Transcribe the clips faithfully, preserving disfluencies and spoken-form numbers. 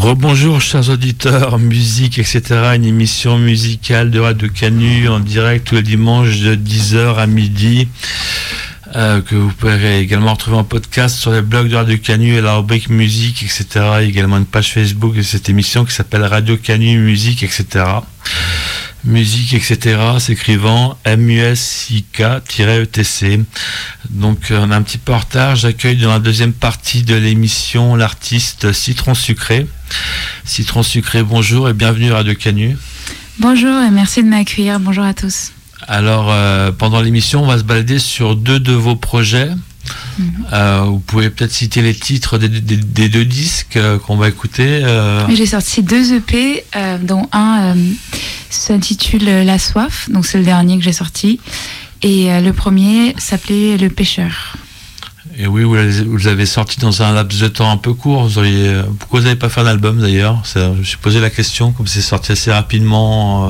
Rebonjour chers auditeurs, musique, et cetera. Une émission musicale de Radio Canu en direct tous les dimanches de dix heures à midi, euh, que vous pourrez également retrouver en podcast sur les blogs de Radio Canu et la rubrique musique, et cetera. Il y a également une page Facebook de cette émission qui s'appelle Radio Canu Musique, et cetera. Musique, et cetera, s'écrivant M U S I K E T C. Donc on a un petit peu en retard. J'accueille dans la deuxième partie de l'émission l'artiste Citron Sucré. Citron Sucré, bonjour et bienvenue à Radio Canu. Bonjour et merci de m'accueillir. Bonjour à tous. Alors euh, pendant l'émission, on va se balader sur deux de vos projets. Mm-hmm. Euh, vous pouvez peut-être citer les titres des, des, des deux disques euh, qu'on va écouter. Euh... J'ai sorti deux E P, euh, dont un euh, s'intitule La Soif, donc c'est le dernier que j'ai sorti, et euh, le premier s'appelait Le Pêcheur. Et oui, vous l'avez, vous l'avez sorti dans un laps de temps un peu court. Vous auriez, pourquoi vous n'avez pas fait un album d'ailleurs? Ça, je me suis posé la question, comme c'est sorti assez rapidement. Euh...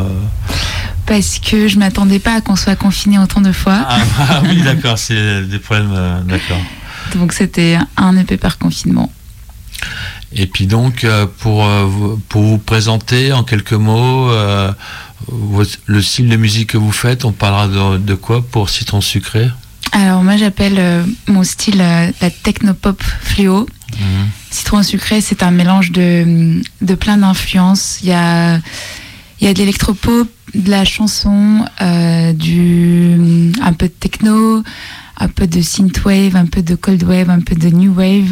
Parce que je ne m'attendais pas à qu'on soit confiné autant de fois. Ah, ah oui, d'accord, c'est des problèmes, euh, d'accord. Donc c'était un E P par confinement. Et puis donc, euh, pour, euh, pour vous présenter en quelques mots, euh, votre, le style de musique que vous faites, on parlera de, de quoi pour Citron Sucré? Alors moi j'appelle euh, mon style euh, la technopop fluo. Mmh. Citron Sucré, c'est un mélange de, de plein d'influences. Il y a, il y a de l'électropop, de la chanson, euh, du, un peu de techno, un peu de synthwave, un peu de cold wave, un peu de new wave,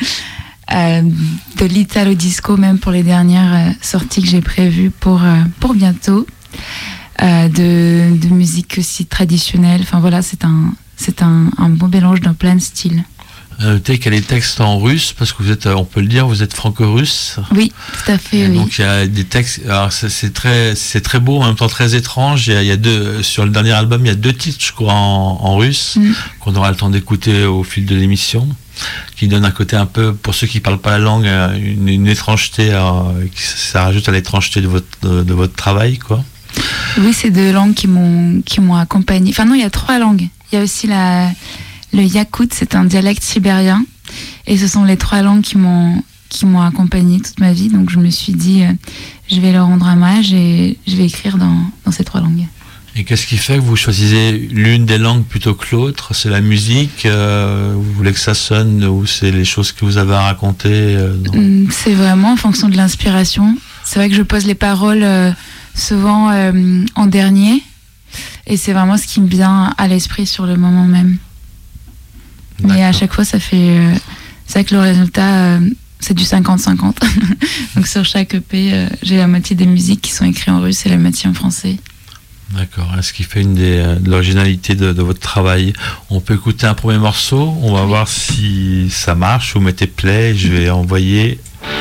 euh, de l'italo disco même pour les dernières euh, sorties que j'ai prévues pour, euh, pour bientôt, euh, de, de musique aussi traditionnelle. Enfin voilà, c'est un, c'est un, un bon mélange dans plein de styles. Notez qu'il y a les textes en russe, parce que vous êtes, on peut le dire, vous êtes franco-russe. Oui, tout à fait. Et oui. donc il y a des textes, alors c'est, c'est très, c'est très beau, en même temps très étrange. Il y a, il y a deux, sur le dernier album, il y a deux titres, je crois, en, en russe, mm. qu'on aura le temps d'écouter au fil de l'émission, qui donnent un côté un peu, pour ceux qui ne parlent pas la langue, une, une étrangeté, alors, ça rajoute à l'étrangeté de votre, de, de votre travail, quoi. Oui, c'est deux langues qui m'ont, qui m'ont accompagnée. Enfin non, il y a trois langues. Il y a aussi la... Le yakout, c'est un dialecte sibérien, et ce sont les trois langues qui m'ont, qui m'ont accompagnée toute ma vie. Donc je me suis dit, euh, je vais leur rendre hommage et je vais écrire dans, dans ces trois langues. Et qu'est-ce qui fait que vous choisissez l'une des langues plutôt que l'autre? C'est la musique, euh, vous voulez que ça sonne, ou c'est les choses que vous avez à raconter euh, dans... C'est vraiment en fonction de l'inspiration. C'est vrai que je pose les paroles euh, souvent euh, en dernier, et c'est vraiment ce qui me vient à l'esprit sur le moment même. D'accord. Mais à chaque fois, ça fait... Euh, c'est vrai que le résultat, euh, c'est du cinquante cinquante. Donc sur chaque E P, euh, j'ai la moitié des musiques qui sont écrites en russe et la moitié en français. D'accord. Ce qui fait une des, euh, de l'originalité de, de votre travail. On peut écouter un premier morceau. On va oui. voir si ça marche. Vous mettez play. Je vais envoyer...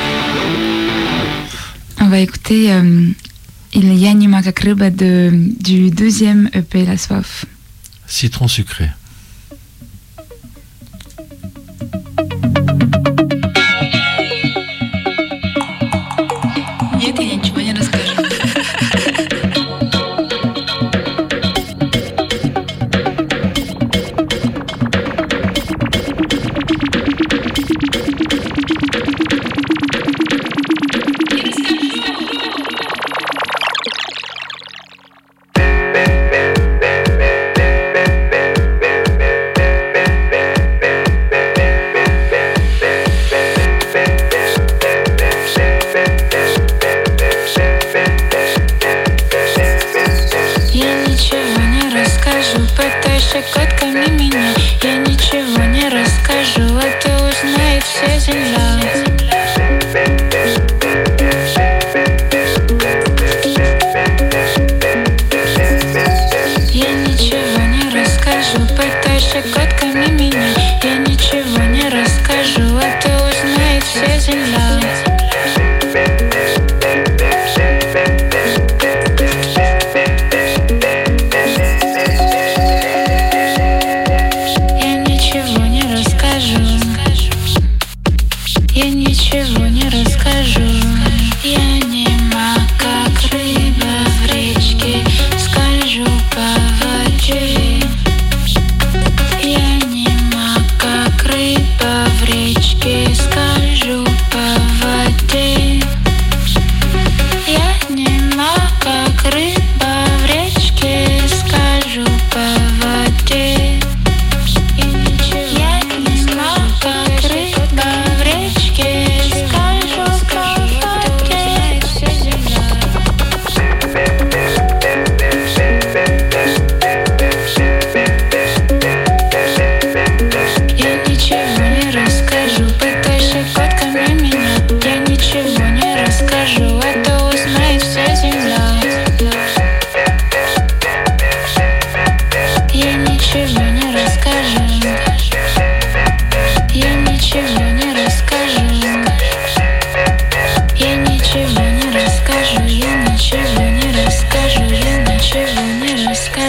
On va écouter euh, Il y a Nima Kakriba de, du deuxième E P, La Soif. Citron Sucré. Нет, я ничего не расскажу.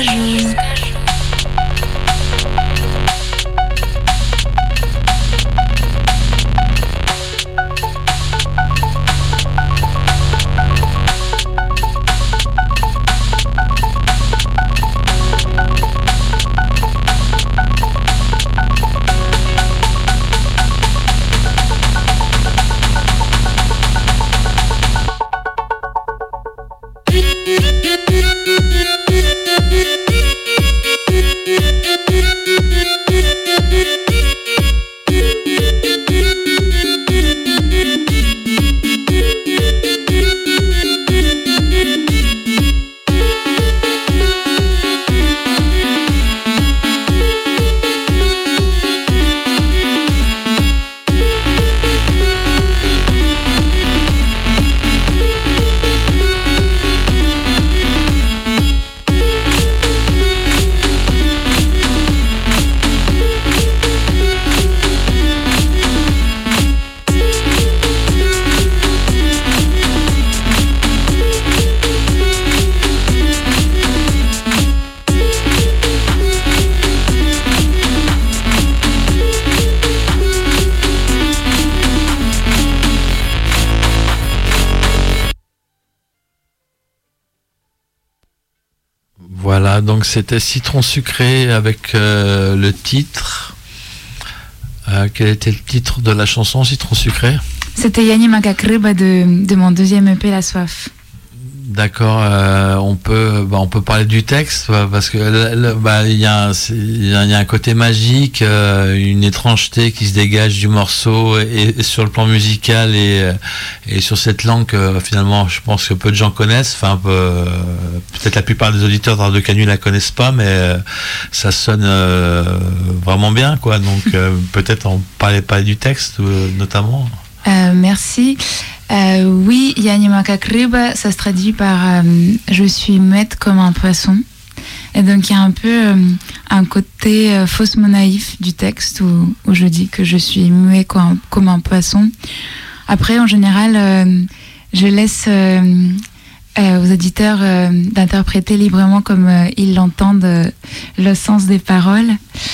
скажу. Voilà, donc c'était Citron Sucré avec euh, le titre. Euh, quel était le titre de la chanson, Citron Sucré? C'était Yanni Makakriba de, de mon deuxième E P, La Soif. D'accord, euh, on peut, bah, on peut parler du texte parce que bah, il y a, il y a, il y a un côté magique, euh, une étrangeté qui se dégage du morceau et, et sur le plan musical et, et sur cette langue que finalement je pense que peu de gens connaissent. Enfin, peu, peut-être la plupart des auditeurs de Radio Canu la connaissent pas, mais ça sonne euh, vraiment bien, quoi. Donc euh, peut-être on parlait pas du texte euh, notamment. Euh, merci. Euh, oui, Yanni Makakriba, ça se traduit par euh, je suis muette comme un poisson. Et donc il y a un peu euh, un côté euh, faussement naïf du texte où, où je dis que je suis muet comme, comme un poisson. Après, en général, euh, je laisse euh, euh, aux auditeurs euh, d'interpréter librement comme euh, ils l'entendent euh, le sens des paroles.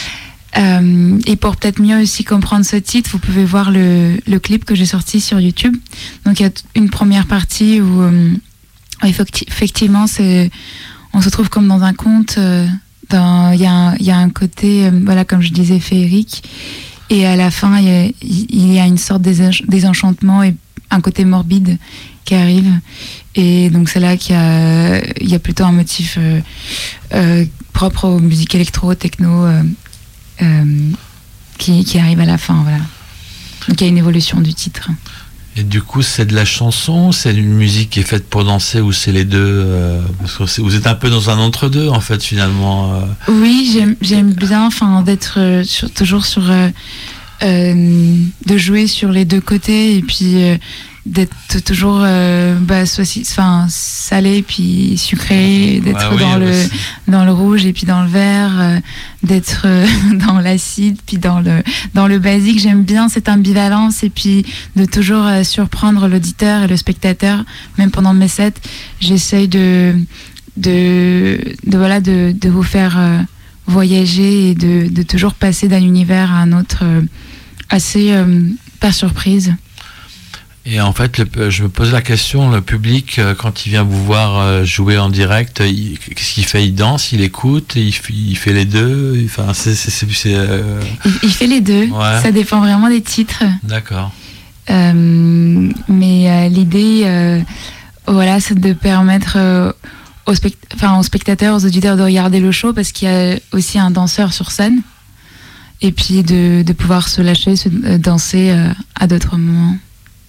Euh, et pour peut-être mieux aussi comprendre ce titre, vous pouvez voir le, le clip que j'ai sorti sur YouTube. Donc il y a une première partie où euh, effectivement c'est, on se trouve comme dans un conte. Euh, dans, il y a un, il y a un côté, euh, voilà, comme je disais, féerique. Et à la fin, il y a, il y a une sorte de désenchantement et un côté morbide qui arrive. Et donc c'est là qu'il y a, il y a plutôt un motif euh, euh, propre aux musiques électro, techno. Euh, Euh, qui, qui arrive à la fin, voilà. Donc il y a une évolution du titre. Et du coup, c'est de la chanson, c'est une musique qui est faite pour danser ou c'est les deux euh, parce que vous êtes un peu dans un entre-deux en fait finalement. Euh. Oui, j'aime, j'aime bien, enfin, d'être euh, sur, toujours sur, euh, euh, de jouer sur les deux côtés et puis euh, d'être toujours euh, bah, soit, enfin, salé puis sucré, d'être ah oui, dans, le, aussi. dans le rouge et puis dans le vert, euh, d'être euh, dans l'acide puis dans le, dans le basique. J'aime bien cette ambivalence et puis de toujours euh, surprendre l'auditeur et le spectateur. Même pendant mes sets, j'essaye de, de, de, voilà, de, de vous faire euh, voyager et de, de toujours passer d'un univers à un autre euh, assez euh, par surprise. Et en fait, le, je me pose la question, le public, quand il vient vous voir jouer en direct, il, qu'est-ce qu'il fait? Il danse, il écoute, il, il fait les deux? Enfin, c'est, c'est, c'est, c'est euh... il, il fait les deux, ouais. Ça dépend vraiment des titres. D'accord. Euh, mais euh, l'idée, euh, voilà, c'est de permettre euh, aux, spect- enfin, aux spectateurs, aux auditeurs de regarder le show parce qu'il y a aussi un danseur sur scène. Et puis de, de pouvoir se lâcher, se euh, danser euh, à d'autres moments.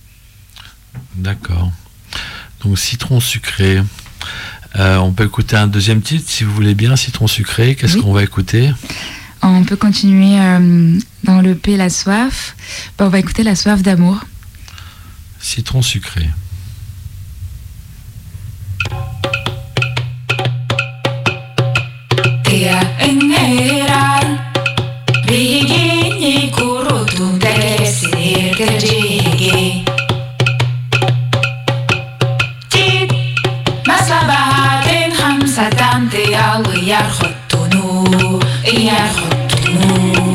D'accord. Donc Citron Sucré. Euh, on peut écouter un deuxième titre si vous voulez bien, Citron Sucré. Qu'est-ce oui. qu'on va écouter? On peut continuer euh, dans le P, La Soif. Ben, on va écouter La Soif d'amour. Citron Sucré. يا arrotono, e arrotono.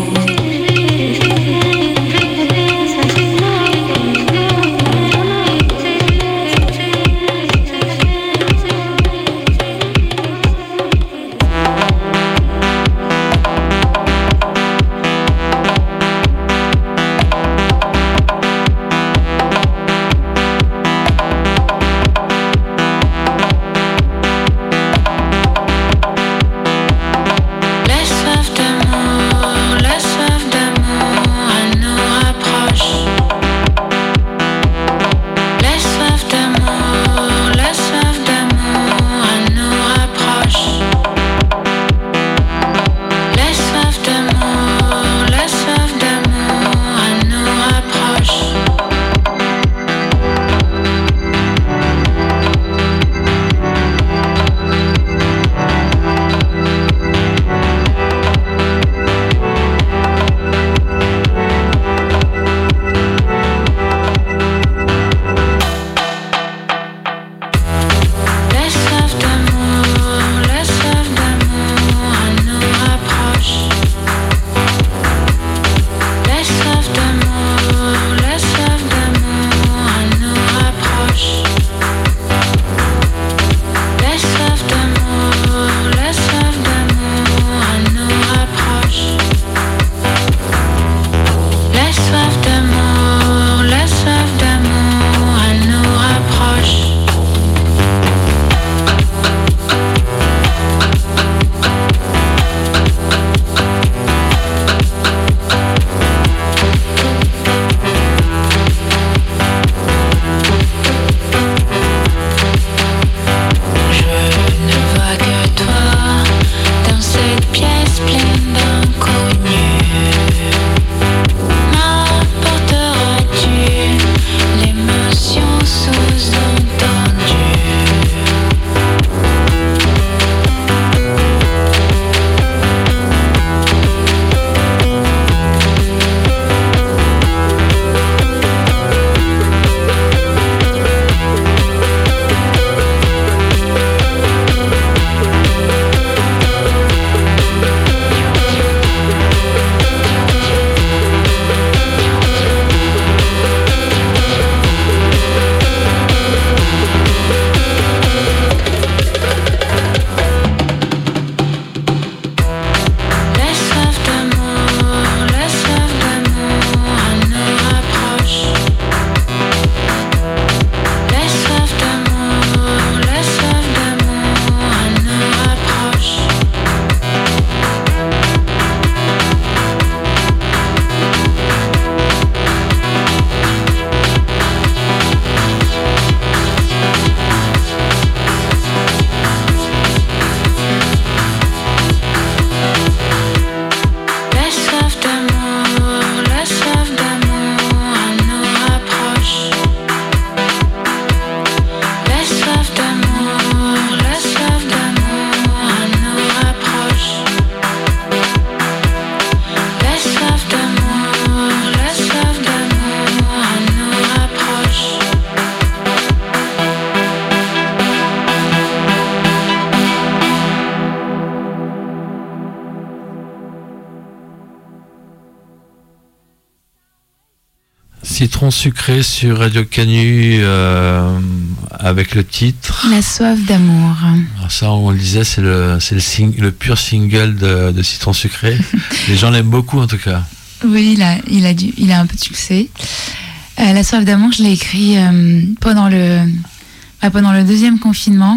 Citron sucré sur Radio Canu euh, avec le titre La soif d'amour. Alors ça, on le disait, c'est le, c'est le, sing, le pur single de, de Citron sucré. Les gens l'aiment beaucoup en tout cas. Oui, il a, il a, du, il a un peu de succès. Euh, La soif d'amour, je l'ai écrit euh, pendant, le, bah, pendant le deuxième confinement.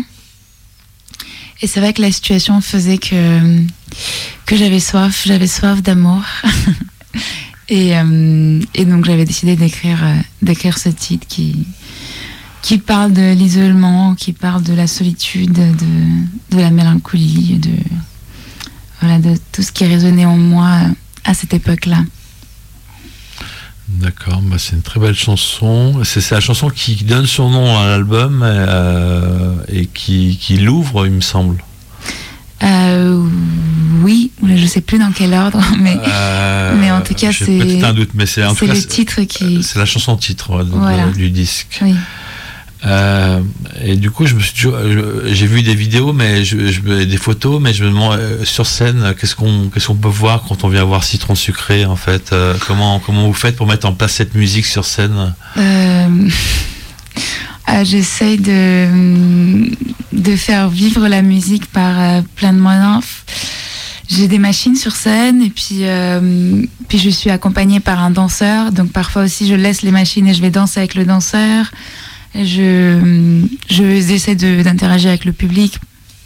Et c'est vrai que la situation faisait que, que j'avais soif, j'avais soif d'amour. Et, euh, et donc j'avais décidé d'écrire, euh, d'écrire ce titre qui, qui parle de l'isolement, qui parle de la solitude, de, de la mélancolie, de, voilà, de tout ce qui résonnait en moi à cette époque-là. D'accord, bah c'est une très belle chanson. C'est, c'est la chanson qui donne son nom à l'album euh, et qui, qui l'ouvre, il me semble. Euh, oui, je ne sais plus dans quel ordre, mais, euh, mais en tout cas, j'ai c'est, peut-être un doute, mais c'est, en c'est tout cas, le c'est, titre qui... C'est la chanson titre ouais, de, voilà. de, du disque. Oui. Euh, et du coup, je me suis toujours, je, j'ai vu des vidéos, mais je, je, des photos, mais je me demande euh, sur scène, qu'est-ce qu'on, qu'est-ce qu'on peut voir quand on vient voir Citron Sucré, en fait. Euh, comment, comment vous faites pour mettre en place cette musique sur scène? euh... ah, J'essaye de de faire vivre la musique par euh, plein de moyens. J'ai des machines sur scène et puis euh, puis je suis accompagnée par un danseur. Donc parfois aussi, je laisse les machines et je vais danser avec le danseur. Je, je essaie de, d'interagir avec le public,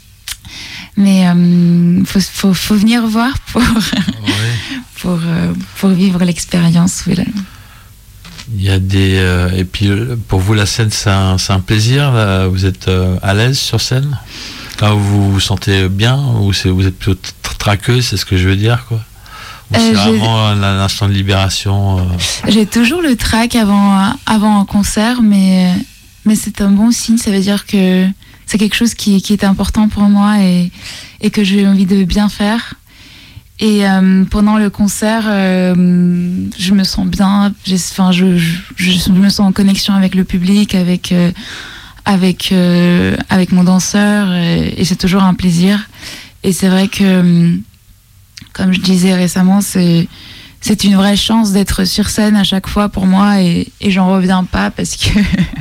mais il euh, faut, faut, faut venir voir pour, ouais. pour, euh, pour vivre l'expérience. Oui, là. Il y a des euh, et puis pour vous la scène c'est un, c'est un plaisir là, vous êtes euh, à l'aise sur scène, là, vous vous sentez bien ou c'est, vous êtes plutôt traqueuse, c'est ce que je veux dire quoi. Ou c'est euh, vraiment un, un instant de libération euh... J'ai toujours le trac avant avant un concert, mais mais c'est un bon signe, ça veut dire que c'est quelque chose qui, qui est important pour moi et, et que j'ai envie de bien faire. Et euh, pendant le concert, euh, je me sens bien, enfin, je, je, je me sens en connexion avec le public, avec, euh, avec, euh, avec mon danseur, et, et c'est toujours un plaisir. Et c'est vrai que, comme je disais récemment, c'est, c'est une vraie chance d'être sur scène à chaque fois pour moi, et, et j'en reviens pas parce que...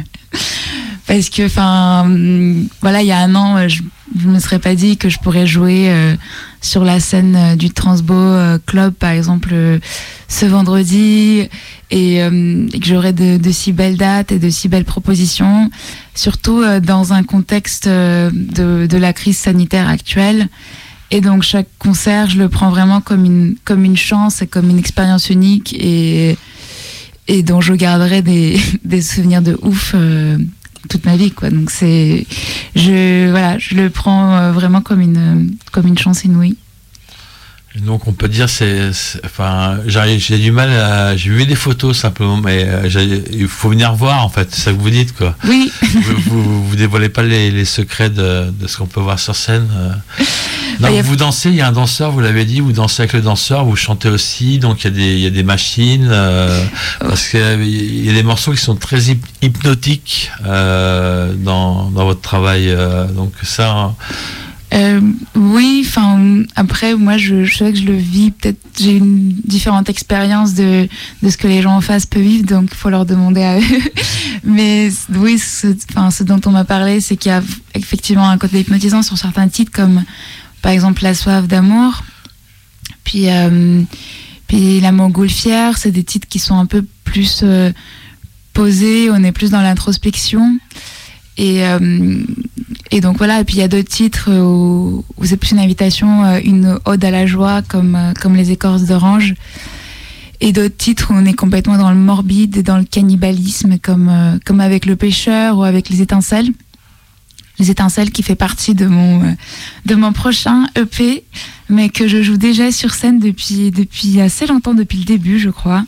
Parce que, enfin, voilà, il y a un an, je ne me serais pas dit que je pourrais jouer euh, sur la scène euh, du Transbo euh, Club, par exemple, euh, ce vendredi, et, euh, et que j'aurais de, de si belles dates et de si belles propositions, surtout euh, dans un contexte euh, de, de la crise sanitaire actuelle. Et donc, chaque concert, je le prends vraiment comme une, comme une chance et comme une expérience unique, et, et dont je garderai des, des souvenirs de ouf euh, toute ma vie, quoi. Donc c'est, je voilà, je le prends vraiment comme une comme une chance inouïe. Et donc on peut dire c'est, c'est enfin j'ai, j'ai du mal à, j'ai vu des photos simplement, mais il faut venir voir en fait, c'est ça que vous dites quoi. Oui. vous, vous vous dévoilez pas les, les secrets de, de ce qu'on peut voir sur scène. Non, bah, vous a... dansez, il y a un danseur, vous l'avez dit, vous dansez avec le danseur, vous chantez aussi, donc il y a des, il y a des machines, euh, oh. parce qu'il y a des morceaux qui sont très hypnotiques euh, dans, dans votre travail, euh, donc ça... Euh, oui, enfin après moi je, je sais que je le vis, peut-être j'ai une différente expérience de, de ce que les gens en face peuvent vivre, donc il faut leur demander à eux. Mais oui, ce, enfin, ce dont on m'a parlé, c'est qu'il y a effectivement un côté hypnotisant sur certains titres, comme par exemple La Soif d'amour, puis, euh, puis La Montgolfière, c'est des titres qui sont un peu plus euh, posés, on est plus dans l'introspection. Et, euh, et donc voilà, et puis il y a d'autres titres où, où c'est plus une invitation, une ode à la joie, comme, comme Les Écorces d'orange. Et d'autres titres où on est complètement dans le morbide et dans le cannibalisme, comme, comme avec Le Pêcheur ou avec Les Étincelles. Les Étincelles qui fait partie de mon, de mon prochain E P, mais que je joue déjà sur scène depuis, depuis assez longtemps, depuis le début, je crois.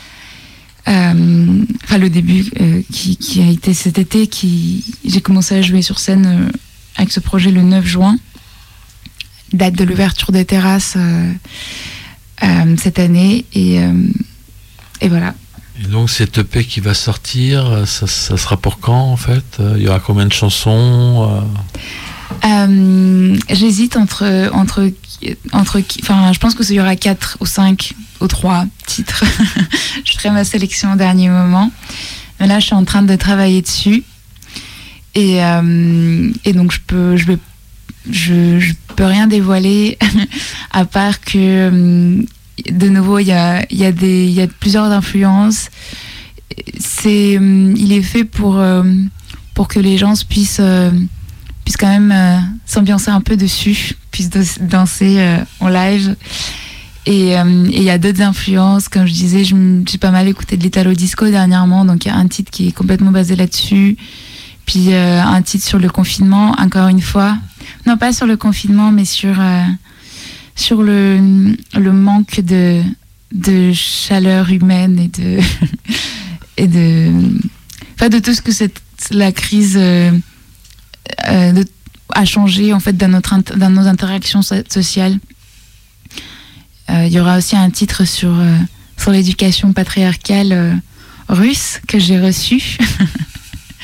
Euh, enfin le début euh, qui, qui a été cet été, qui j'ai commencé à jouer sur scène euh, avec ce projet le neuf juin, date de l'ouverture des terrasses euh, euh, cette année, et, euh, et voilà. Et donc cet E P qui va sortir, ça, ça sera pour quand en fait? Il y aura combien de chansons? euh, J'hésite entre entre entre enfin je pense que il y aura quatre ou cinq ou trois titres. Je ferai ma sélection au dernier moment, mais là je suis en train de travailler dessus, et euh, et donc je peux je vais je je peux rien dévoiler à part que de nouveau il y a il y a des il y a plusieurs influences. C'est il est fait pour pour que les gens puissent puissent quand même euh, s'ambiancer un peu dessus, puissent dos- danser euh, en live. Et il euh, y a d'autres influences, comme je disais, je m- j'ai pas mal écouté de l'Italo Disco dernièrement, donc il y a un titre qui est complètement basé là-dessus. Puis euh, un titre sur le confinement, encore une fois. Non, pas sur le confinement, mais sur, euh, sur le, le manque de, de chaleur humaine et de, et de, enfin, de tout ce que cette, la crise... Euh, Euh, de, à changer en fait dans, notre, dans nos interactions so- sociales. Il euh, y aura aussi un titre sur, euh, sur l'éducation patriarcale euh, russe que j'ai reçu.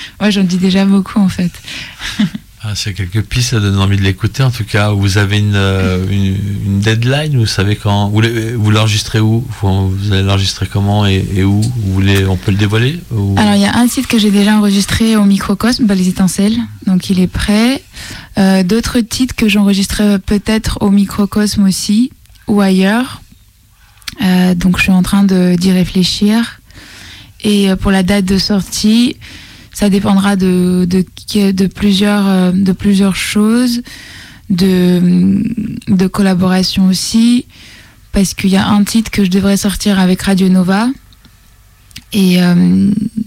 Ouais, j'en dis déjà beaucoup en fait. Ah, c'est quelques pistes, ça donne envie de l'écouter. En tout cas, vous avez une, euh, une, une deadline, vous savez quand vous, vous l'enregistrez où, vous, vous allez l'enregistrer comment et, et où vous voulez, on peut le dévoiler ou... Alors, il y a un titre que j'ai déjà enregistré au Microcosme, bah, Les Étincelles, donc il est prêt. Euh, d'autres titres que j'enregistrerai peut-être au Microcosme aussi, ou ailleurs. Euh, donc, je suis en train de, d'y réfléchir. Et pour la date de sortie, ça dépendra de, de, de, plusieurs, de plusieurs choses, de, de collaboration aussi, parce qu'il y a un titre que je devrais sortir avec Radio Nova, et, euh,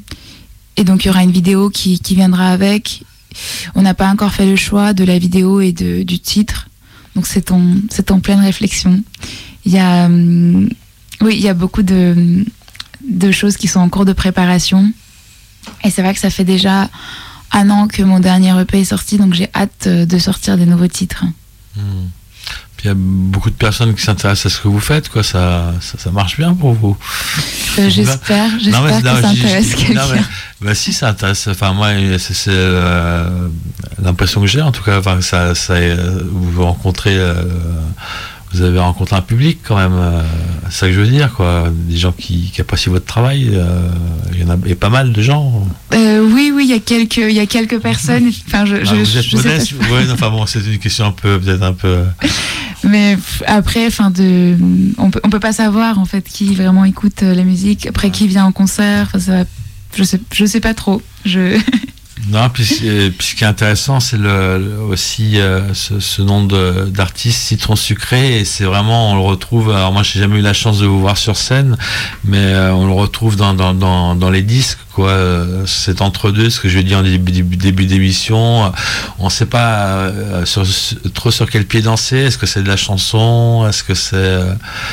et donc il y aura une vidéo qui, qui viendra avec. On n'a pas encore fait le choix de la vidéo et de, du titre, donc c'est en, c'est en pleine réflexion. Il y a, euh, oui, il y a beaucoup de, de choses qui sont en cours de préparation. Et c'est vrai que ça fait déjà un an que mon dernier E P est sorti, donc j'ai hâte de sortir des nouveaux titres. Mmh. Puis il y a beaucoup de personnes qui s'intéressent à ce que vous faites, quoi. Ça, ça, ça marche bien pour vous. Euh, j'espère, j'espère non, mais, que non, ça intéresse quelqu'un. Mais, bah si, ça intéresse. Enfin moi, c'est, c'est euh, l'impression que j'ai, en tout cas. Enfin, ça, ça, vous rencontrez. Euh, Vous avez rencontré un public quand même, euh, c'est ça que je veux dire, quoi. Des gens qui, qui apprécient votre travail, euh, il y en a, il y a pas mal de gens. Euh, oui, oui, il y a quelques, il y a quelques personnes. Enfin, je, ah, je, vous êtes je modeste, sais pas. Ouais, enfin bon, c'est une question un peu, peut-être un peu. Mais après, enfin de, on peut, on peut pas savoir en fait qui vraiment écoute la musique. Après, qui vient en concert, enfin ça, je sais, je sais pas trop. Je. Non, puis, puis ce qui est intéressant, c'est le, le aussi euh, ce, ce nom de, d'artiste Citron Sucré, et c'est vraiment, on le retrouve. Alors moi, j'ai jamais eu la chance de vous voir sur scène, mais euh, on le retrouve dans dans dans, dans les disques, quoi. C'est entre deux, ce que je dis en début, début, début d'émission. On ne sait pas euh, sur, trop sur quel pied danser. Est-ce que c'est de la chanson? Est-ce que c'est euh,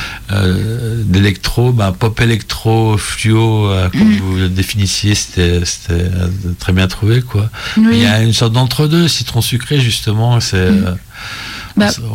euh, d'électro? Ben, pop électro, fluo, euh, comme mmh. vous le définissiez, c'était c'était très bien trouvé. Quoi. Oui. Il y a une sorte d'entre-deux, Citron Sucré justement. C'est, mmh. euh, bah, c'est...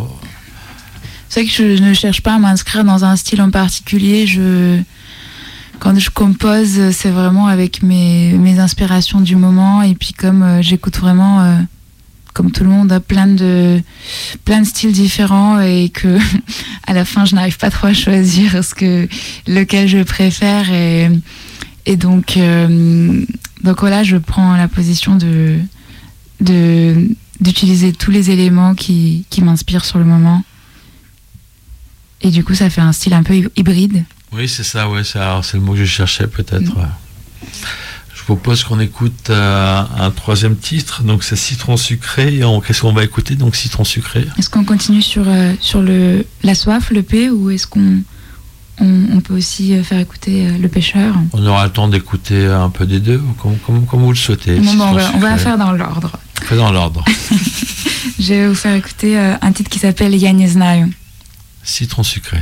c'est vrai que je ne cherche pas à m'inscrire dans un style en particulier. Je, quand je compose, c'est vraiment avec mes, mes inspirations du moment. Et puis comme euh, j'écoute vraiment, euh, comme tout le monde, à plein de, plein de styles différents, et que à la fin, je n'arrive pas trop à choisir ce que, lequel je préfère. Et, et donc... Euh, Donc voilà, je prends la position de, de, d'utiliser tous les éléments qui, qui m'inspirent sur le moment. Et du coup, ça fait un style un peu hybride. Oui, c'est ça, ouais, c'est, alors, c'est le mot que je cherchais peut-être. Mmh. Ouais. Je propose qu'on écoute euh, un troisième titre, donc c'est Citron Sucré. Et on, qu'est-ce qu'on va écouter, donc Citron Sucré? Est-ce qu'on continue sur, euh, sur le, la soif, le P, ou est-ce qu'on... On, on peut aussi faire écouter euh, Le Pêcheur. On aura le temps d'écouter un peu des deux, comme, comme, comme vous le souhaitez. Bon, bon, on, va, on va faire dans l'ordre. Fait dans l'ordre. Je vais vous faire écouter euh, un titre qui s'appelle Ja nie znаю. Citron Sucré.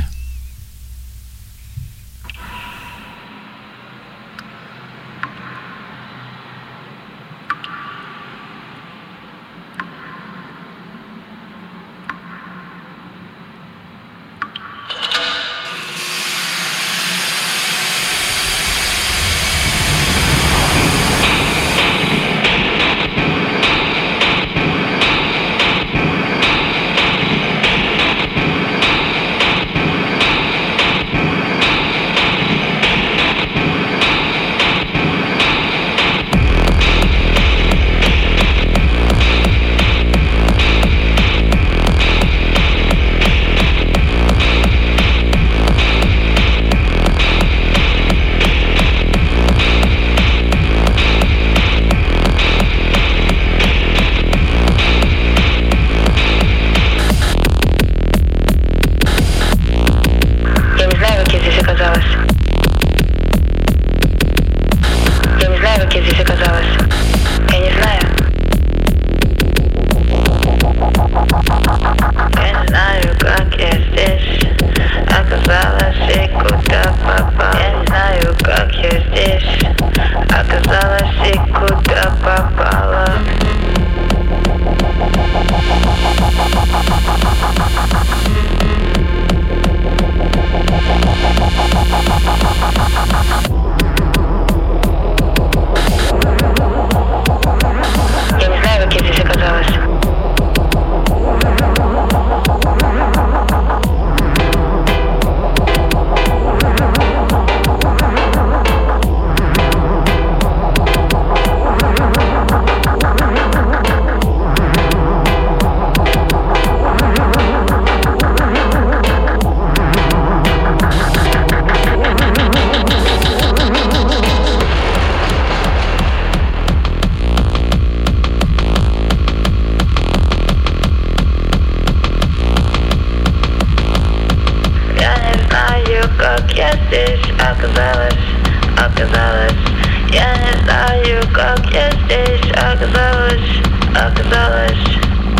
jak jesteś, оказалось, оказалось. Я не знаю, как я здесь оказалась, оказалась.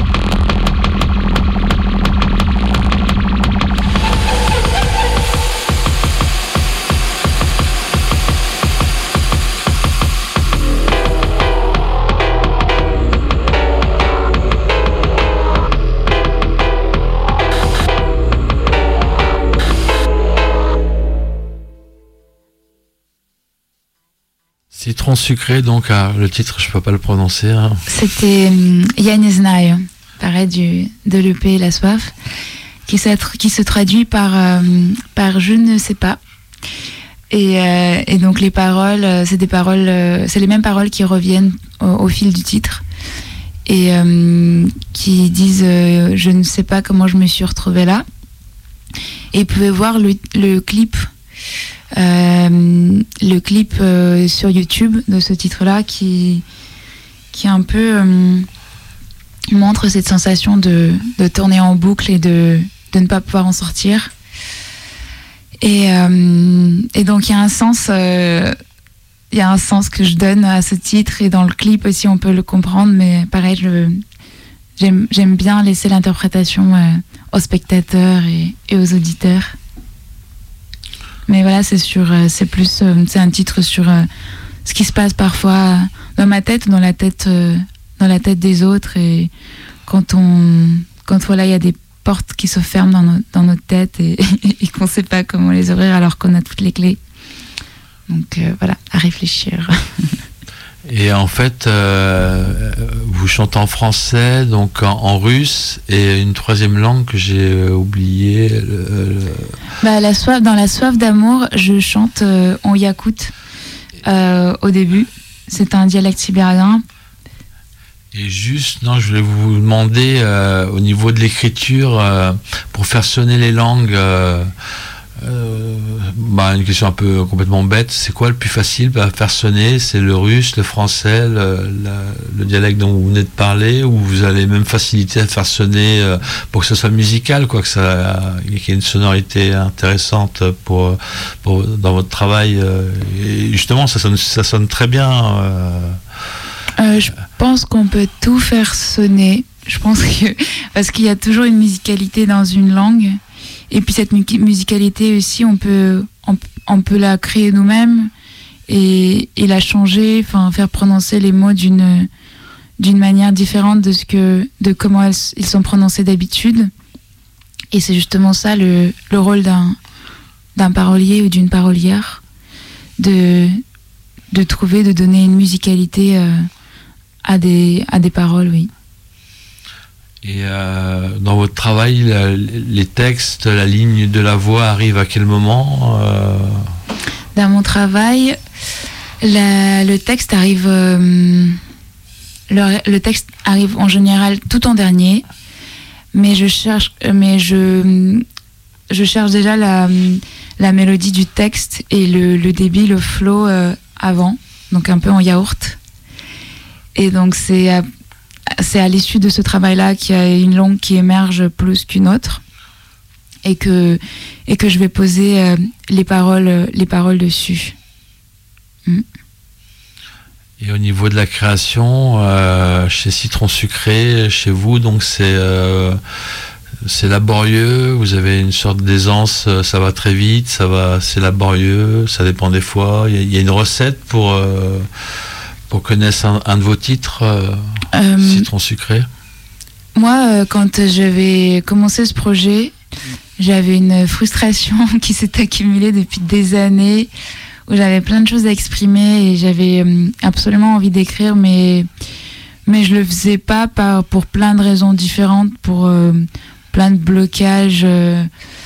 Citron sucré, donc ah, le titre, je peux pas le prononcer. Hein. C'était um, Я не знаю, pareil du, de l'E P La Soif, qui se, qui se traduit par, um, par je ne sais pas. Et, euh, et donc les paroles, c'est des paroles, euh, c'est les mêmes paroles qui reviennent au, au fil du titre et um, qui disent euh, je ne sais pas comment je me suis retrouvée là. Et vous pouvez voir le, le clip. Euh, le clip euh, sur YouTube de ce titre-là qui, qui un peu euh, montre cette sensation de, de tourner en boucle et de, de ne pas pouvoir en sortir. Et, euh, et donc il y a un sens, euh, il y a un sens que je donne à ce titre et dans le clip aussi on peut le comprendre, mais pareil, je, j'aime, j'aime bien laisser l'interprétation euh, aux spectateurs et, et aux auditeurs. Mais voilà, c'est sur, c'est plus, c'est un titre sur euh, ce qui se passe parfois dans ma tête, dans la tête, euh, dans la tête des autres, et quand on, quand voilà, il y a des portes qui se ferment dans, no, dans notre tête et, et qu'on ne sait pas comment les ouvrir alors qu'on a toutes les clés. Donc euh, voilà, à réfléchir. Et en fait, euh, vous chantez en français, donc en, en russe, et une troisième langue que j'ai oubliée. Le, le... Bah, la soif, dans La Soif d'amour, je chante euh, en yakoute euh, au début. C'est un dialecte sibérien. Et juste, non, je voulais vous demander, euh, au niveau de l'écriture, euh, pour faire sonner les langues, euh, Euh, bah, une question un peu complètement bête, c'est quoi le plus facile à faire sonner? C'est le russe, le français, le, le, le dialecte dont vous venez de parler, ou vous avez même facilité à faire sonner euh, pour que ce soit musical, quoi, que ça, qu'il y ait une sonorité intéressante pour, pour dans votre travail, euh, et justement ça sonne, ça sonne très bien. Euh... Euh, je pense qu'on peut tout faire sonner. Je pense que parce qu'il y a toujours une musicalité dans une langue. Et puis cette mu- musicalité aussi, on peut, on, on peut la créer nous-mêmes et, et la changer, enfin faire prononcer les mots d'une, d'une manière différente de, ce que, de comment elles, ils sont prononcés d'habitude. Et c'est justement ça le, le rôle d'un, d'un parolier ou d'une parolière, de, de trouver, de donner une musicalité euh, à, des, à des paroles, oui. Et euh, dans votre travail, la, les textes, la ligne de la voix arrive à quel moment euh... Dans mon travail, la, le texte arrive, euh, le, le texte arrive en général tout en dernier, mais je cherche, mais je, je cherche déjà la, la mélodie du texte et le, le débit, le flow euh, avant, donc un peu en yaourt. Et donc c'est à C'est à l'issue de ce travail-là qu'il y a une langue qui émerge plus qu'une autre et que, et que je vais poser euh, les, paroles, les paroles dessus. Mm. Et au niveau de la création, euh, chez Citron Sucré, chez vous, donc c'est, euh, c'est laborieux, vous avez une sorte d'aisance, ça va très vite, ça va, c'est laborieux, ça dépend des fois. Il y a, il y a une recette pour... Euh, pour connaître un, un de vos titres, euh, euh, Citron Sucré? Moi, euh, quand j'avais commencé ce projet, j'avais une frustration qui s'est accumulée depuis des années, où j'avais plein de choses à exprimer et j'avais euh, absolument envie d'écrire, mais, mais je le faisais pas par, pour plein de raisons différentes, pour euh, plein de blocages euh,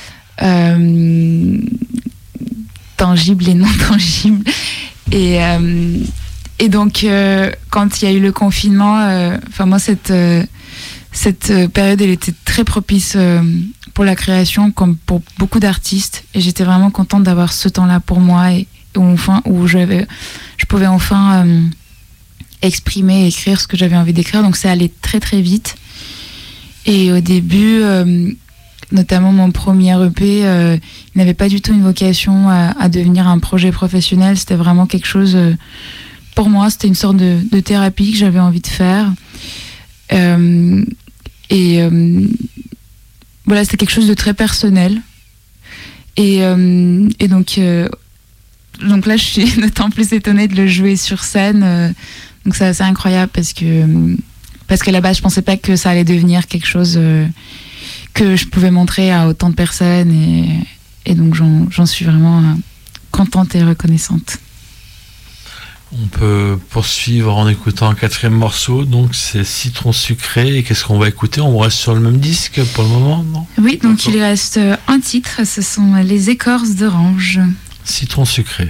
euh, tangibles et non tangibles. Et... Euh, Et donc, euh, quand il y a eu le confinement, enfin euh, moi, cette, euh, cette période, elle était très propice euh, pour la création, comme pour beaucoup d'artistes. Et j'étais vraiment contente d'avoir ce temps-là pour moi, et, et où, enfin, où j'avais, je pouvais enfin euh, exprimer, écrire ce que j'avais envie d'écrire. Donc, ça allait très, très vite. Et au début, euh, notamment mon premier E P, euh, il n'avait pas du tout une vocation à, à devenir un projet professionnel. C'était vraiment quelque chose, euh, pour moi, c'était une sorte de, de thérapie que j'avais envie de faire. Euh, et euh, voilà, c'était quelque chose de très personnel. Et, euh, et donc, euh, donc là, je suis d'autant plus étonnée de le jouer sur scène. Euh, donc c'est assez incroyable parce que, parce qu'à la base, je pensais pas que ça allait devenir quelque chose euh, que je pouvais montrer à autant de personnes. Et, et donc, j'en, j'en suis vraiment euh, contente et reconnaissante. On peut poursuivre en écoutant un quatrième morceau, donc c'est Citron sucré. Et qu'est-ce qu'on va écouter? On reste sur le même disque pour le moment, non? Oui, donc D'accord. Il reste un titre, ce sont Les écorces d'orange. Citron sucré.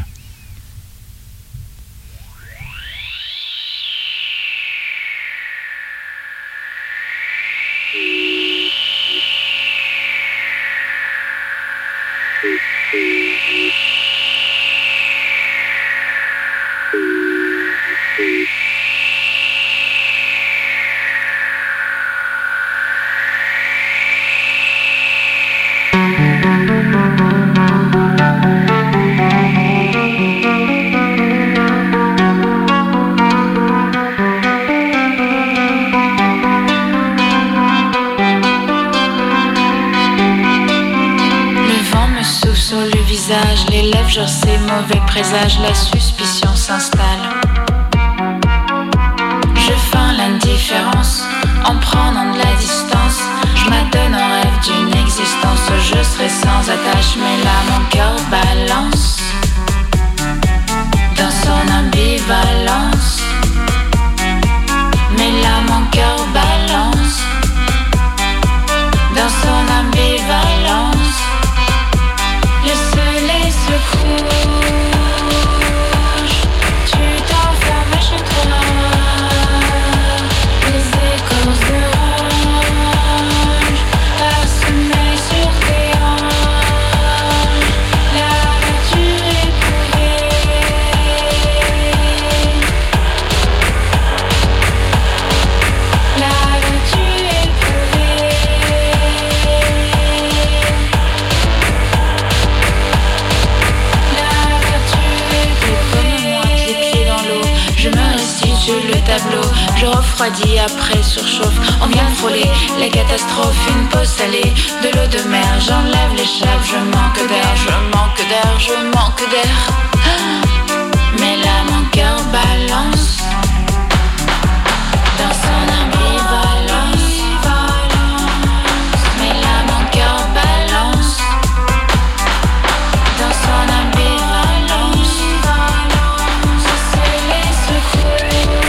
Les lèvres, genre c'est mauvais présage, la suspicion s'installe. Je feins l'indifférence en prenant de la distance. Je m'adonne en rêve d'une existence où je serai sans attache. Mais là mon cœur balance dans son ambivalence. Mais là mon cœur balance dans son ambivalence. Le soleil se couche, tu t'enfermes chez toi. Les écorces d'orange parsemées sur tes hanches. La nature éprouvée. La nature éprouvée. Le tableau, je refroidis après surchauffe. On vient frôler les catastrophes, une pause salée, de l'eau de mer. J'enlève l'échappe, je manque d'air, je manque d'air, je manque d'air. Mais là mon cœur balance dans son ambivalence. Mais là mon cœur balance dans son ambivalence. Je sais les secours.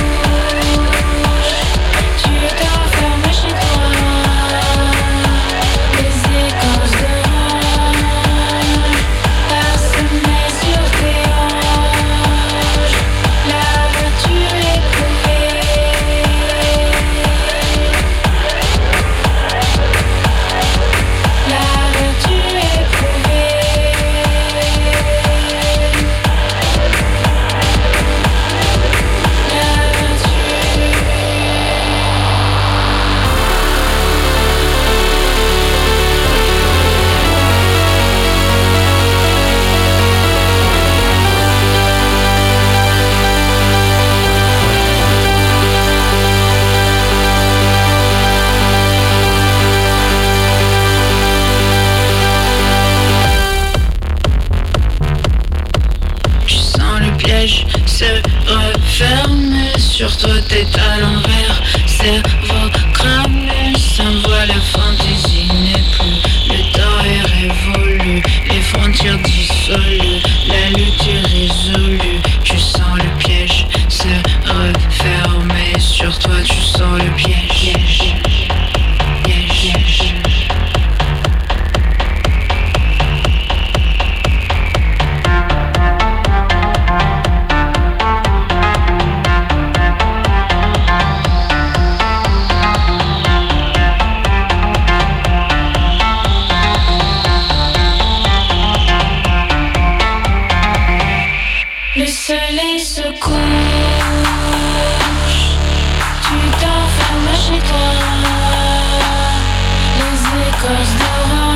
Se referme sur toi, tête à l'envers, cerveau cramé, sans voix, la fantaisie n'est plus, le temps est révolu, les frontières dissolues, la lutte irrésolue, tu sens le piège se refermer sur toi, tu sens le piège, piège, piège, piège. Le soleil se couche, tu t'enfermes chez toi. Les écorces d'orange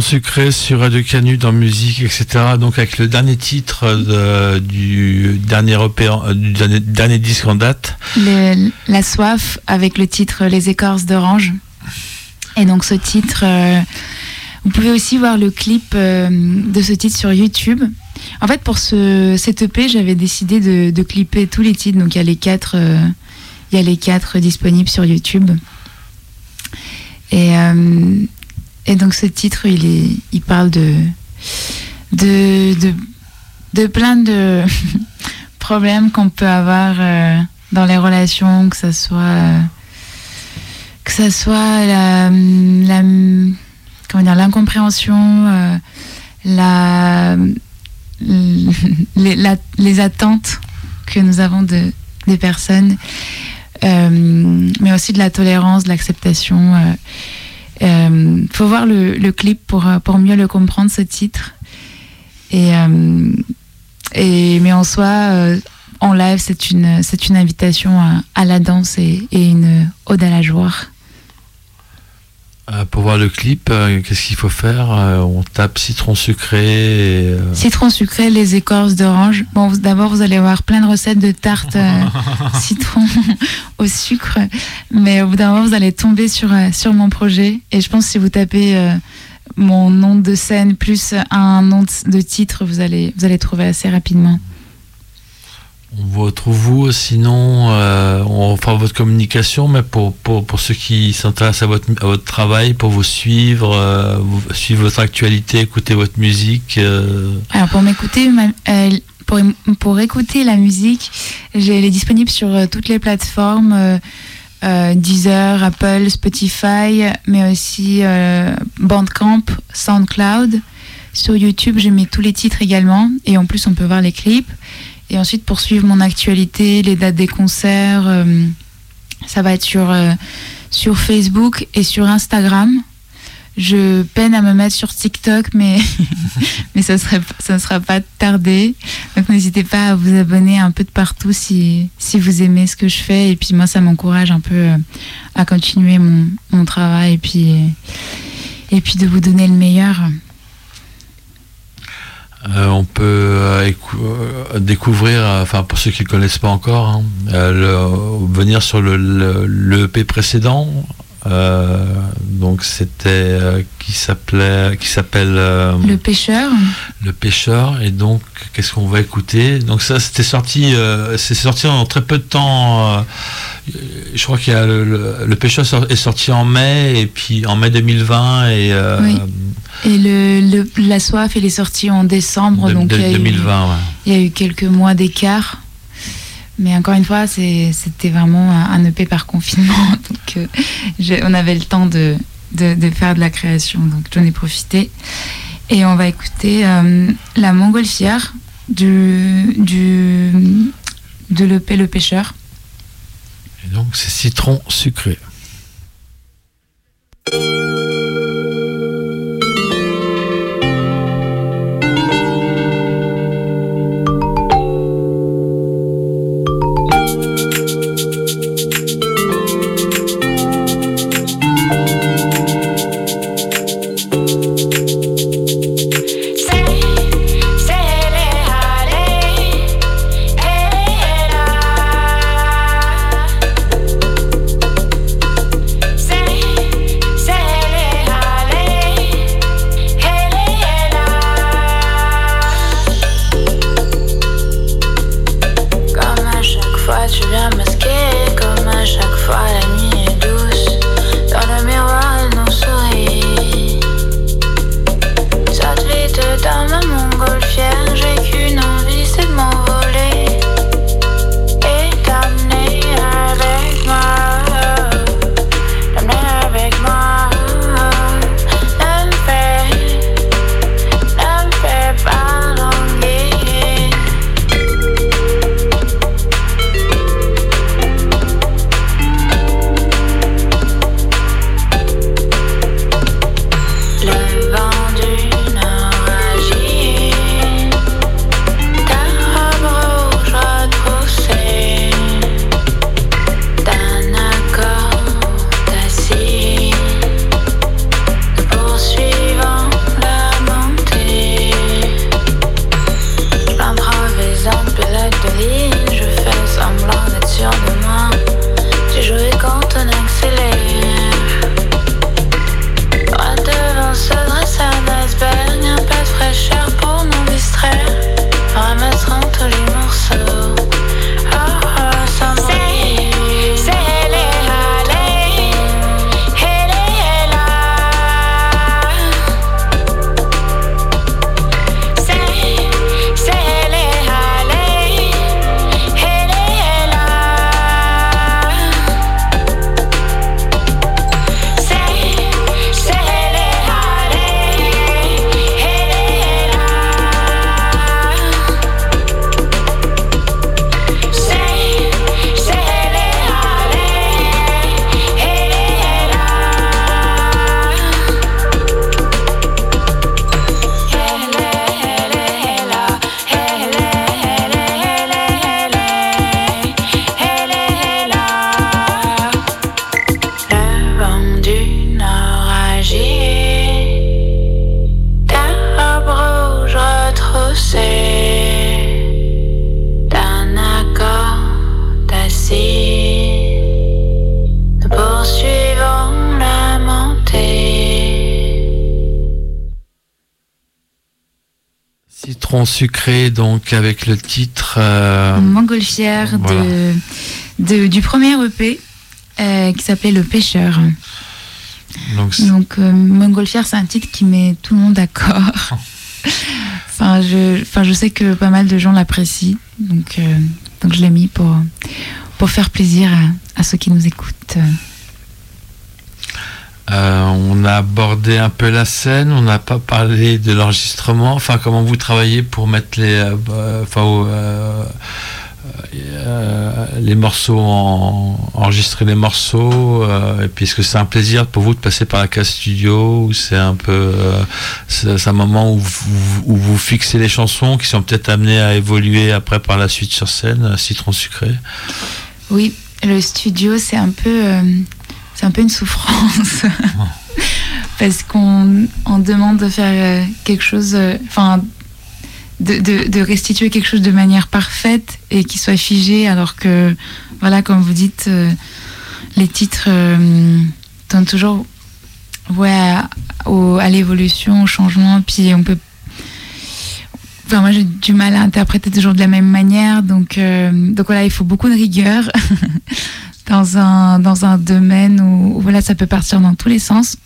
sucré sur Radio Canu dans musique, et cetera. Donc avec le dernier titre de, du dernier opéra, du dernier, dernier disque en date. Le, la soif avec le titre Les écorces d'orange. Et donc ce titre, euh, vous pouvez aussi voir le clip euh, de ce titre sur YouTube. En fait, pour ce, cet E P, j'avais décidé de, de clipper tous les titres. Donc il y a les quatre, euh, il y a les quatre disponibles sur YouTube. Et, euh, et donc ce titre, il, est, il parle de, de, de, de plein de problèmes qu'on peut avoir euh, dans les relations, que ça soit, euh, que ça soit la, la, comment dire, l'incompréhension, euh, la, les, la, les attentes que nous avons de, des personnes. Euh, mais aussi de la tolérance, de l'acceptation. Il euh, euh, faut voir le, le clip pour, pour mieux le comprendre, ce titre. Et, euh, et, mais en soi, euh, en live, c'est une, c'est une invitation à, à la danse et, et une ode à la joie. Euh, pour voir le clip, euh, qu'est-ce qu'il faut faire? euh, On tape citron sucré. Et, euh... Citron sucré, les écorces d'orange. Bon, vous, d'abord, vous allez avoir plein de recettes de tartes euh, citron au sucre. Mais au bout d'un moment, vous allez tomber sur, euh, sur mon projet. Et je pense que si vous tapez euh, mon nom de scène plus un nom de titre, vous allez, vous allez trouver assez rapidement. On vous retrouve vous, sinon euh, on fera votre communication, mais pour, pour, pour ceux qui s'intéressent à votre, à votre travail, pour vous suivre, euh, vous, suivre votre actualité, écouter votre musique. Euh... Alors pour m'écouter, ma, euh, pour, pour écouter la musique, j'ai, elle est disponible sur euh, toutes les plateformes, euh, euh, Deezer, Apple, Spotify, mais aussi euh, Bandcamp, SoundCloud. Sur YouTube, je mets tous les titres également, et en plus on peut voir les clips. Et ensuite, pour suivre mon actualité, les dates des concerts, euh, ça va être sur, euh, sur Facebook et sur Instagram. Je peine à me mettre sur TikTok, mais, mais ça serait, ça ne sera pas tardé. Donc n'hésitez pas à vous abonner un peu de partout si, si vous aimez ce que je fais. Et puis moi, ça m'encourage un peu à continuer mon, mon travail et puis, et puis de vous donner le meilleur. Euh, on peut euh, écou- euh, découvrir, euh, enfin pour ceux qui ne le connaissent pas encore, hein, euh, le, venir sur le, le, le E P précédent. Euh, donc c'était euh, qui s'appelait, qui s'appelle euh, Le Pêcheur. Le Pêcheur. Et donc qu'est-ce qu'on va écouter? Donc ça c'était sorti, euh, c'est sorti en très peu de temps. Euh, je crois qu'il y a le, le, le Pêcheur est sorti en mai, et puis en mai deux mille vingt et euh, oui. Et le, le, La Soif, elle est sortie en décembre, de, donc de, il y a deux mille vingt. Eu, ouais. Il y a eu quelques mois d'écart. Mais encore une fois, c'est, c'était vraiment un, un E P par confinement. Donc euh, je, on avait le temps de, de, de faire de la création, donc j'en ai profité. Et on va écouter euh, La Montgolfière du, du, de l'E P Le Pêcheur. Et donc c'est citron sucré. Say Citron sucré, donc avec le titre euh, Montgolfière voilà. de, de, du premier E P euh, qui s'appelait Le Pêcheur. Donc, donc euh, Montgolfière, c'est un titre qui met tout le monde d'accord. enfin, je, enfin, je sais que pas mal de gens l'apprécient, donc, euh, donc je l'ai mis pour, pour faire plaisir à, à ceux qui nous écoutent. Euh, on a abordé un peu la scène, on n'a pas parlé de l'enregistrement, enfin comment vous travaillez pour mettre les, euh, enfin, euh, euh, les morceaux, en, enregistrer les morceaux, euh, et puis est-ce que c'est un plaisir pour vous de passer par la case studio, ou c'est un peu, euh, c'est, c'est un moment où vous, où vous fixez les chansons qui sont peut-être amenées à évoluer après par la suite sur scène, Citron sucré? Oui, le studio c'est un peu... Euh... C'est un peu une souffrance parce qu'on on demande de faire quelque chose, enfin de, de, de restituer quelque chose de manière parfaite et qui soit figé, alors que voilà, comme vous dites, euh, les titres euh, donnent toujours ouais, à, au, à l'évolution, au changement, puis on peut. Enfin, moi j'ai du mal à interpréter toujours de la même manière, donc, euh, donc voilà, il faut beaucoup de rigueur. dans un, dans un domaine où, où voilà, ça peut partir dans tous les sens.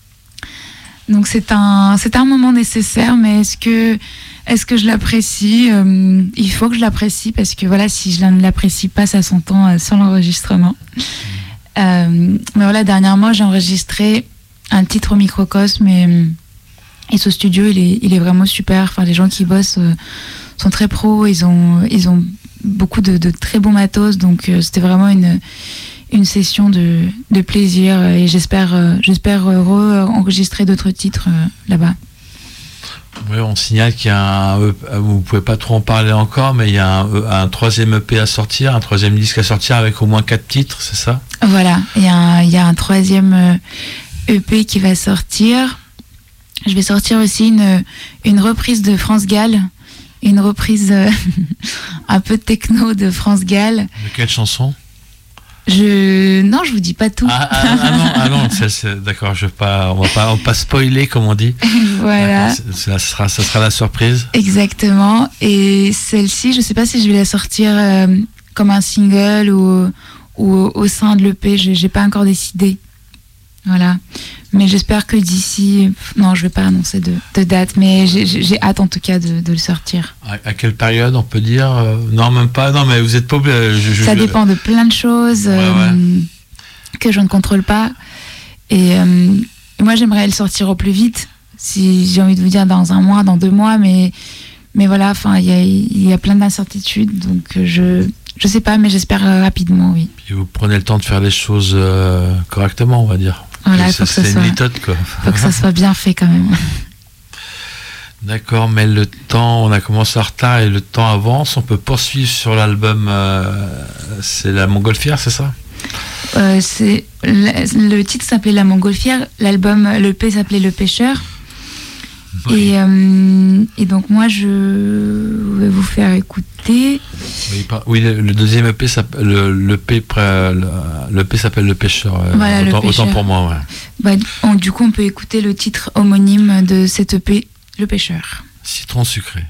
Donc c'est un, c'est un moment nécessaire, mais est-ce que, est-ce que je l'apprécie? euh, Il faut que je l'apprécie, parce que voilà, si je ne l'apprécie pas, ça s'entend euh, sans l'enregistrement. Euh, mais voilà, dernièrement, j'ai enregistré un titre au microcosme, et, et ce studio, il est, il est vraiment super. Enfin, les gens qui bossent euh, sont très pros, ils ont, ils ont beaucoup de, de très bons matos, donc euh, c'était vraiment une, une session de, de plaisir, et j'espère, euh, j'espère euh, re-enregistrer d'autres titres euh, là-bas. Oui, on signale qu'il y a un, vous pouvez pas trop en parler encore, mais il y a un, un troisième E P à sortir, un troisième disque à sortir avec au moins quatre titres, c'est ça? Voilà, il y a un, il y a un troisième E P qui va sortir. Je vais sortir aussi une, une reprise de France Gall, une reprise euh, un peu techno de France Gall. De quelle chanson? Je non, je vous dis pas tout. Ah, ah, ah non, ah non, c'est, c'est, d'accord, je vais pas, on va pas, on va pas spoiler comme on dit. Voilà. Ça sera, ça sera la surprise. Exactement. Et celle-ci, je sais pas si je vais la sortir euh, comme un single ou ou au sein de l'E P. J'ai, j'ai pas encore décidé. Voilà. Mais j'espère que d'ici... Non, je vais pas annoncer de, de date, mais j'ai, j'ai hâte en tout cas de, de le sortir. À, à quelle période, on peut dire? Non, même pas. Non, mais vous êtes pas... Je, je, Ça dépend de plein de choses ouais, euh, ouais. que je ne contrôle pas. Et euh, moi, j'aimerais le sortir au plus vite. Si j'ai envie de vous dire dans un mois, dans deux mois, mais, mais voilà, enfin, il y a, y a plein d'incertitudes. Donc, je... Je sais pas, mais j'espère euh, rapidement, oui. Puis vous prenez le temps de faire les choses euh, correctement, on va dire. Voilà, il faut que ça c'est soit, une méthode, quoi. Faut que ça soit bien fait quand même. D'accord, mais le temps, on a commencé en retard et le temps avance. On peut poursuivre sur l'album. Euh, c'est La Montgolfière, c'est ça? euh, c'est, le, le titre s'appelait La Montgolfière, l'album, le P s'appelait Le Pêcheur. Oui. Et, euh, et donc moi je vais vous faire écouter. Oui, oui le, le deuxième E P s'appelle le, le P le, le P s'appelle Le Pêcheur. Voilà, autant, le Pêcheur. Autant pour moi, ouais. Bah, on, du coup on peut écouter le titre homonyme de cet E P, Le Pêcheur. Citron sucré.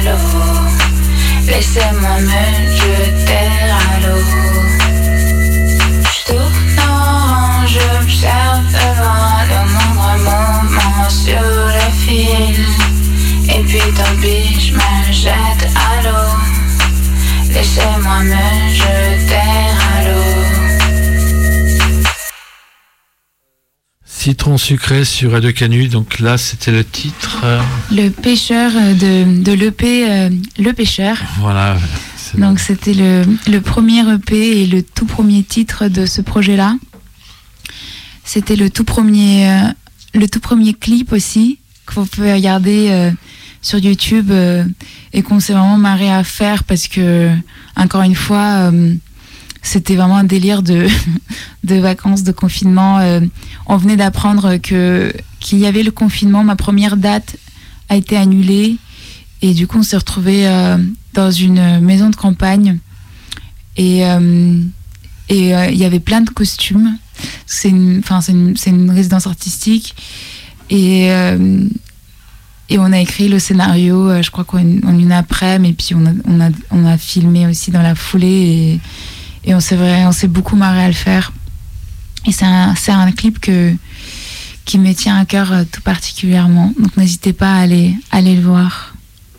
l'eau. Laissez-moi me jeter à l'eau. Je tourne en rond, j'observe de loin le moindre mouvement sur le fil. Et puis tant pis, je me jette à l'eau. Laissez-moi me jeter à l'eau. Citron sucré sur Radio Canu, donc là c'était le titre. euh, Le pêcheur de, de l'E P euh, Le Pêcheur. Voilà. c'est Donc c'était le, le premier E P et le tout premier titre de ce projet-là. C'était le tout premier, euh, le tout premier clip aussi, que vous pouvez regarder euh, sur YouTube euh, et qu'on s'est vraiment marré à faire parce que, encore une fois, euh, c'était vraiment un délire de, de vacances, de confinement. Euh, on venait d'apprendre que, qu'il y avait le confinement. Ma première date a été annulée et du coup on s'est retrouvés euh, dans une maison de campagne et euh, et euh, il y avait plein de costumes. C'est une, enfin c'est une, c'est une résidence artistique et euh, et on a écrit le scénario. Euh, je crois qu'en en une après-midi et puis on a on a on a filmé aussi dans la foulée et et on s'est vrai on s'est beaucoup marré à le faire. Et c'est un c'est un clip que qui me tient à cœur euh, tout particulièrement. Donc n'hésitez pas à aller aller le voir.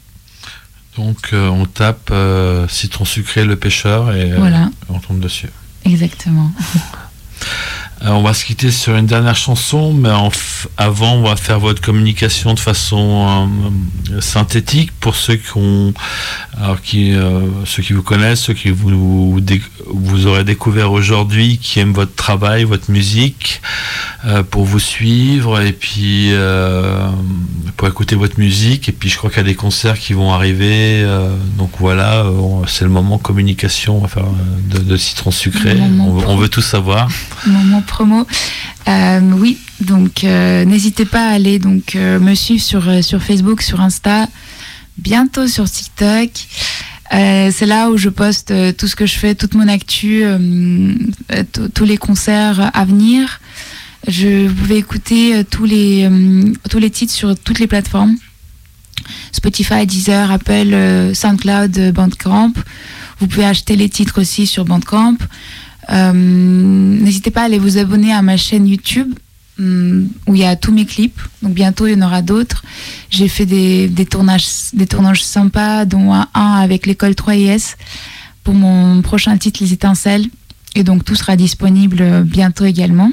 Donc euh, on tape euh, Citron sucré Le Pêcheur et euh, Voilà. on tombe dessus. Exactement. Euh, on va se quitter sur une dernière chanson, mais en f- avant, on va faire votre communication de façon euh, synthétique pour ceux qui ont, alors qui, euh, ceux qui vous connaissent, ceux qui vous, vous, dé- vous aurez découvert aujourd'hui, qui aiment votre travail, votre musique, euh, pour vous suivre et puis euh, pour écouter votre musique. Et puis je crois qu'il y a des concerts qui vont arriver. Euh, donc voilà, euh, c'est le moment communication. On va faire euh, de, de Citron sucré. Moment On, veut- on veut tout savoir. Moment promo. Euh, oui, donc euh, n'hésitez pas à aller donc euh, me suivre sur euh, sur Facebook, sur Insta, bientôt sur TikTok. Euh, c'est là où je poste euh, tout ce que je fais, toute mon actu, euh, euh, t- tous les concerts à venir. Je vous pouvez écouter euh, tous les euh, tous les titres sur toutes les plateformes. Spotify, Deezer, Apple, euh, SoundCloud, euh, Bandcamp. Vous pouvez acheter les titres aussi sur Bandcamp. Euh, n'hésitez pas à aller vous abonner à ma chaîne YouTube hum, où il y a tous mes clips. Donc bientôt il y en aura d'autres. J'ai fait des, des tournages des tournages sympas, dont un, un avec l'école trois I S pour mon prochain titre Les Étincelles. Et donc tout sera disponible bientôt également.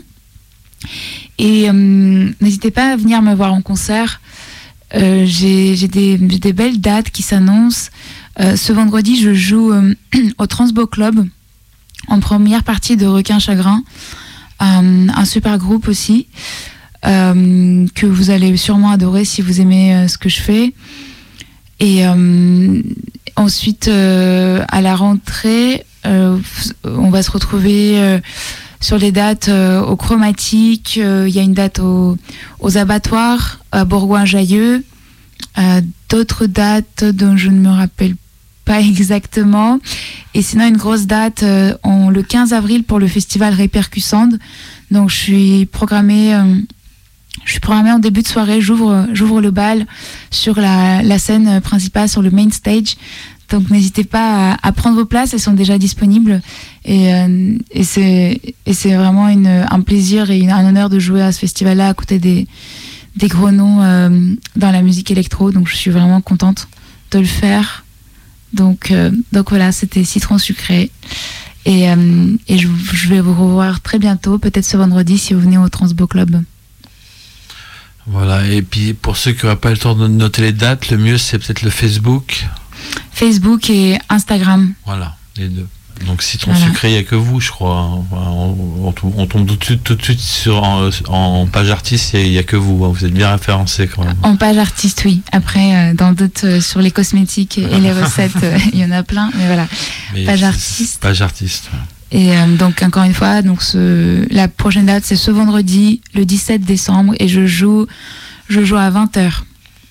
Et hum, n'hésitez pas à venir me voir en concert. Euh, j'ai, j'ai, des, j'ai des belles dates qui s'annoncent. Euh, ce vendredi, je joue euh, au Transbo Club en première partie de Requin Chagrin, euh, un super groupe aussi euh, que vous allez sûrement adorer si vous aimez euh, ce que je fais. Et euh, ensuite, euh, à la rentrée, euh, on va se retrouver euh, sur les dates euh, au Chromatique. Il euh, y a une date au, aux abattoirs à Bourgoin-Jallieu. Euh, d'autres dates dont je ne me rappelle pas exactement. Et sinon, une grosse date euh, en, le quinze avril pour le festival Répercussande. Donc, je suis programmée, euh, je suis programmée en début de soirée. J'ouvre, j'ouvre le bal sur la, la scène principale, sur le main stage. Donc, n'hésitez pas à, à prendre vos places. Elles sont déjà disponibles. Et, euh, et, c'est, et c'est vraiment une, un plaisir et une, un honneur de jouer à ce festival-là à côté des, des gros noms euh, dans la musique électro. Donc, je suis vraiment contente de le faire. Donc, euh, donc voilà, c'était Citron sucré. Et, euh, et je, je vais vous revoir très bientôt, peut-être ce vendredi si vous venez au Transbo Club. Voilà, et puis pour ceux qui n'auraient pas le temps de noter les dates, le mieux c'est peut-être le Facebook. Facebook et Instagram. Voilà, les deux. Donc Citron Voilà. sucré, il n'y a que vous, je crois. hein. Enfin, on, on tombe- on tombe tout de suite, tout de suite sur, en, en page artiste, il n'y a, a que vous. hein. Vous êtes bien référencé quand même. En page artiste, oui. Après, euh, dans d'autres, euh, sur les cosmétiques et les recettes, euh, il y en a plein. Mais voilà, Mais page c'est- artiste. Page artiste. ouais. Et euh, donc, encore une fois, donc ce, la prochaine date, c'est ce vendredi, le dix-sept décembre. Et je joue, je joue à vingt heures.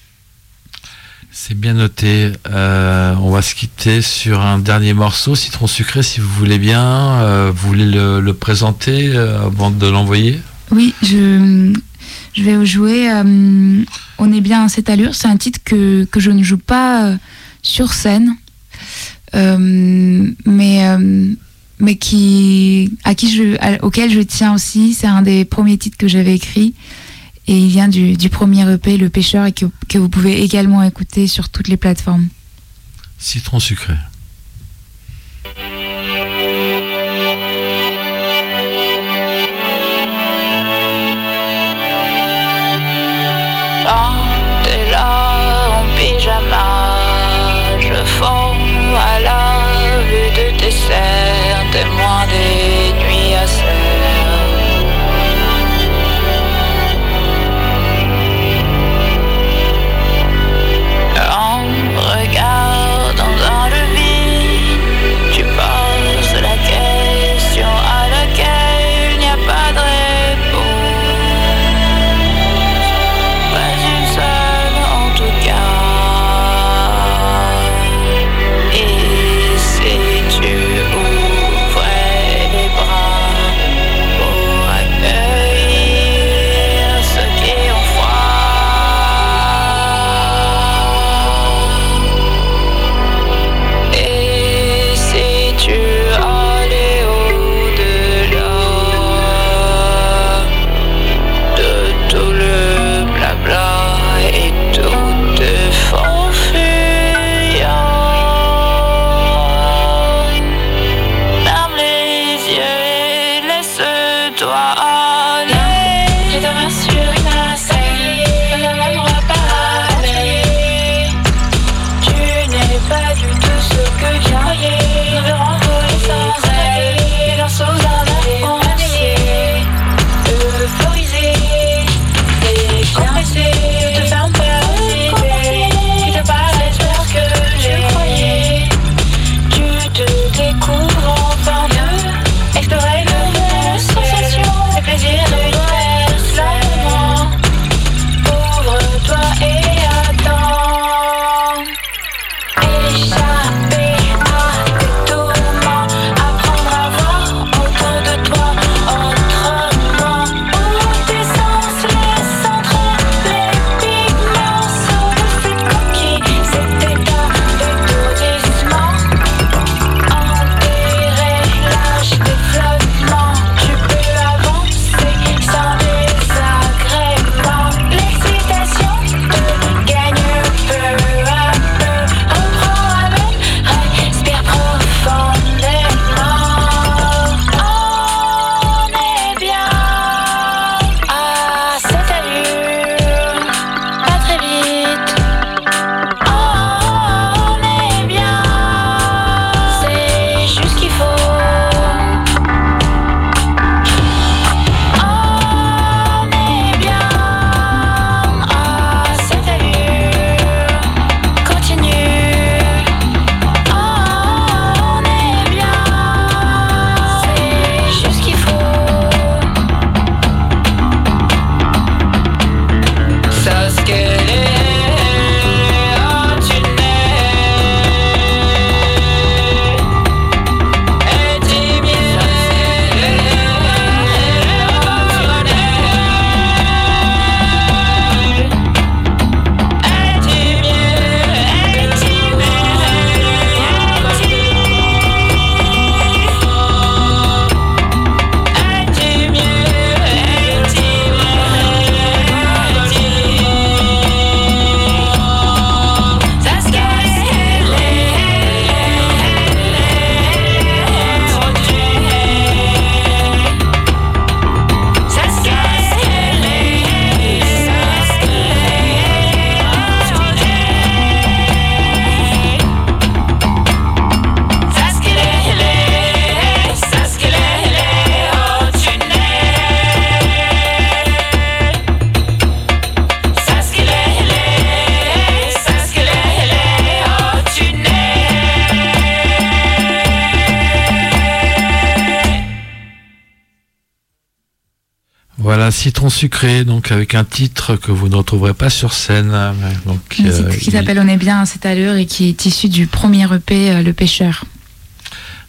C'est bien noté. Euh, on va se quitter sur un dernier morceau, Citron sucré, si vous voulez bien. Euh, vous voulez le, le présenter euh, avant de l'envoyer? Oui, je, je vais jouer euh, On est bien à cette allure. C'est un titre que, que je ne joue pas euh, sur scène, euh, mais, euh, mais qui, à qui je, à, auquel je tiens aussi. C'est un des premiers titres que j'avais écrit. Et il vient du, du premier E P, Le Pêcheur, et que, que vous pouvez également écouter sur toutes les plateformes. Citron sucré. Quand t'es là en pyjama, je fonds à la vue de tes cernes, témoin des nuits à serre. Regardant dans le vide, tu poses la question à laquelle il n'y a pas de réponse. Pas une seule en tout cas. Et si tu ouvrais les bras pour accueillir ceux qui ont froid. Voilà, Citron sucré, donc avec un titre que vous ne retrouverez pas sur scène. Donc, un titre euh, qui s'appelle il... On est bien à cette allure et qui est issu du premier E P, euh, Le Pêcheur.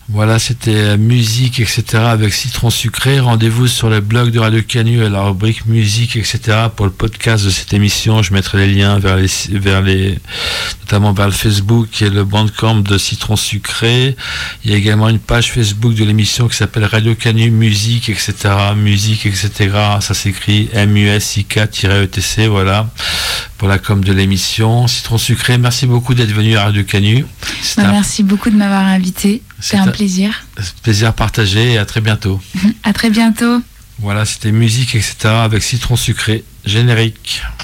Voilà, c'était musique, et cetera avec Citron Sucré. Rendez-vous sur le blog de Radio Canu à la rubrique musique, et cetera pour le podcast de cette émission. Je mettrai les liens vers les, vers les, notamment vers le Facebook et le Bandcamp de Citron Sucré. Il y a également une page Facebook de l'émission qui s'appelle Radio Canu Musique, et cetera. Musique, et cetera. Ça s'écrit M U S I K E T C, voilà, pour la com de l'émission. Citron Sucré, merci beaucoup d'être venu à Radio Canu. Bah, un... Merci beaucoup de m'avoir invité. C'est un plaisir. Plaisir partagé et à très bientôt. À très bientôt. Voilà, c'était musique, et cetera avec Citron Sucré. Générique.